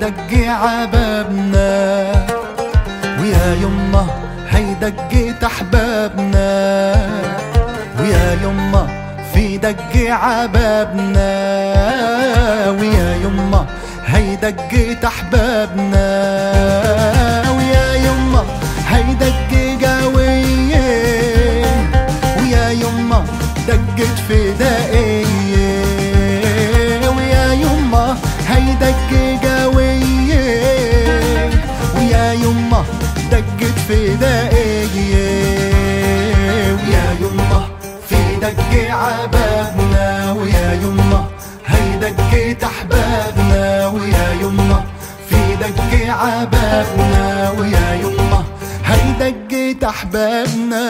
هيدق عبابنا، ويا يمه هيدق احبابنا، ويا يمه في دق عبابنا، ويا يمه هيدق احبابنا، ويا يمه هيدق قويه، ويا يمه دقت فدائيه، ويا يمه هيدق قويه، ويا يمه دقت فدائيه، ويا يمه في دق عبابنا، ويا يمه هيدق احبابنا، ويا يمه في دق عبابنا، ويا يمه هيدق احبابنا.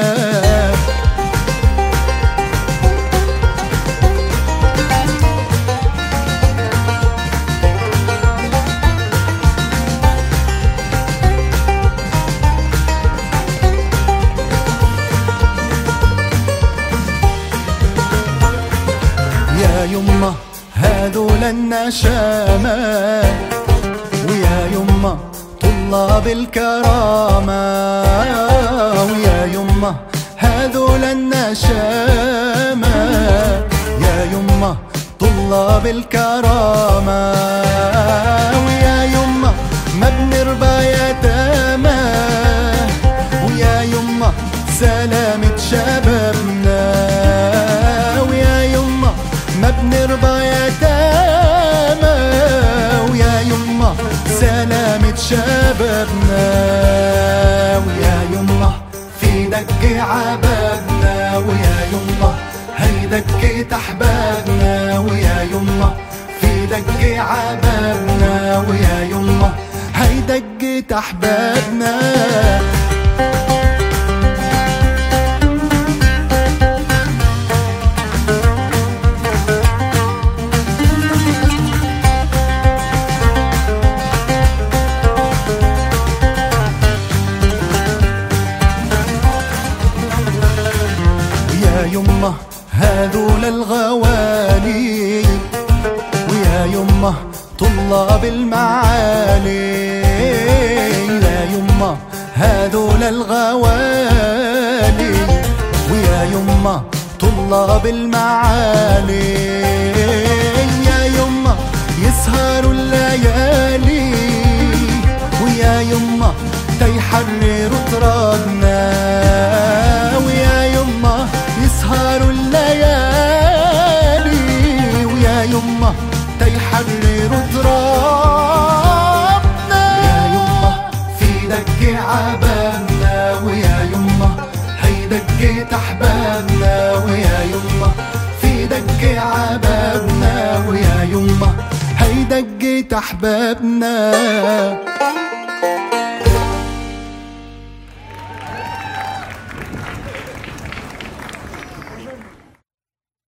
يا يمه هذول النشامة، ويا يمه طلاب الكرامة، ويا يمه هذول النشامة، يا يمه طلاب الكرامة، ويا يمه ما بنرضى يتامى، ويا يمه سلامة شبابنا، ويا يمه ما بنرضى يتامى، ويا يمه سلامة شبابنا، ويا يمه في دق عبابنا، ويا يمه هيدق احبابنا، ويا يمه في دق عبابنا، ويا يمه هيدق احبابنا. يا يمه هذول الغوالي، ويا يمه طلاب المعالي، يا يمه هذول الغوالي، ويا يمه طلاب المعالي، يا يمه يسهروا الليالي، ويا يمه تيحرروا طرابنا، ويا يمه يسهروا الليالي، ويا يمه تيحرروا ترابنا، يا يمه في دق عبابنا، ويا يمه هيدق احبابنا، ويا يمه في دق عبابنا، ويا يمه هيدق احبابنا.